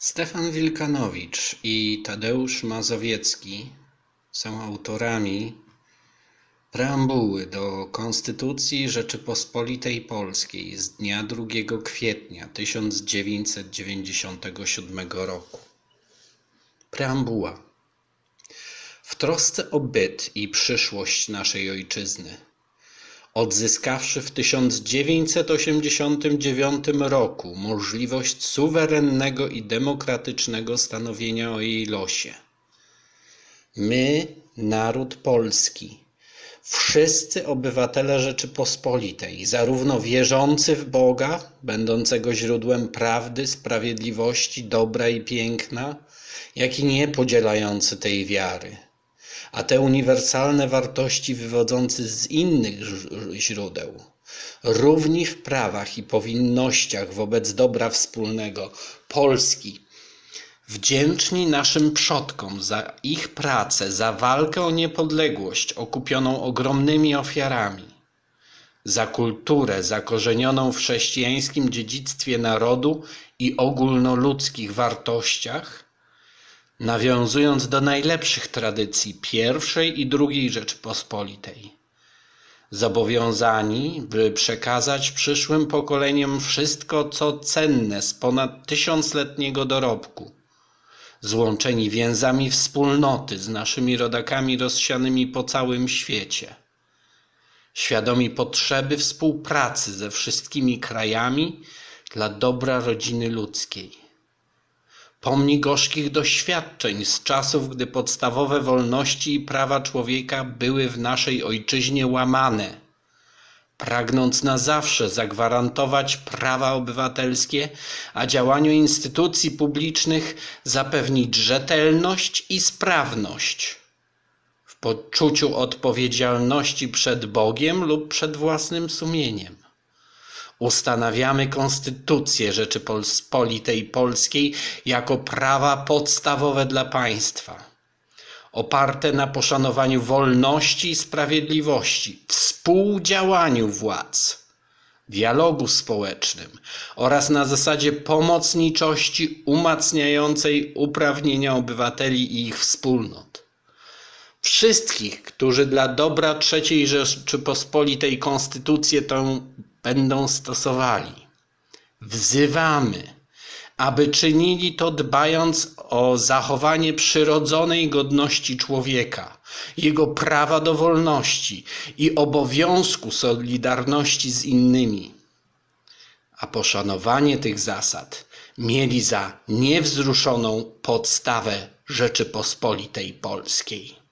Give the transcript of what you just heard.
Stefan Wilkanowicz i Tadeusz Mazowiecki są autorami preambuły do Konstytucji Rzeczypospolitej Polskiej z dnia 2 kwietnia 1997 roku. Preambuła. W trosce o byt i przyszłość naszej ojczyzny, odzyskawszy w 1989 roku możliwość suwerennego i demokratycznego stanowienia o jej losie, my, naród polski, wszyscy obywatele Rzeczypospolitej, zarówno wierzący w Boga, będącego źródłem prawdy, sprawiedliwości, dobra i piękna, jak i nie podzielający tej wiary, a te uniwersalne wartości wywodzące z innych źródeł, równi w prawach i powinnościach wobec dobra wspólnego Polski, wdzięczni naszym przodkom za ich pracę, za walkę o niepodległość okupioną ogromnymi ofiarami, za kulturę zakorzenioną w chrześcijańskim dziedzictwie narodu i ogólnoludzkich wartościach, nawiązując do najlepszych tradycji pierwszej i drugiej Rzeczypospolitej, zobowiązani, by przekazać przyszłym pokoleniom wszystko, co cenne z ponad tysiącletniego dorobku, złączeni więzami wspólnoty z naszymi rodakami rozsianymi po całym świecie, świadomi potrzeby współpracy ze wszystkimi krajami dla dobra rodziny ludzkiej. Pomni gorzkich doświadczeń z czasów, gdy podstawowe wolności i prawa człowieka były w naszej ojczyźnie łamane, pragnąc na zawsze zagwarantować prawa obywatelskie, a działaniu instytucji publicznych zapewnić rzetelność i sprawność w poczuciu odpowiedzialności przed Bogiem lub przed własnym sumieniem. Ustanawiamy Konstytucję Rzeczypospolitej Polskiej jako prawa podstawowe dla państwa, oparte na poszanowaniu wolności i sprawiedliwości, współdziałaniu władz, dialogu społecznym oraz na zasadzie pomocniczości umacniającej uprawnienia obywateli i ich wspólnot. Wszystkich, którzy dla dobra III Rzeczypospolitej Konstytucję tę będą stosowali, wzywamy, aby czynili to dbając o zachowanie przyrodzonej godności człowieka, jego prawa do wolności i obowiązku solidarności z innymi, a poszanowanie tych zasad mieli za niewzruszoną podstawę Rzeczypospolitej Polskiej.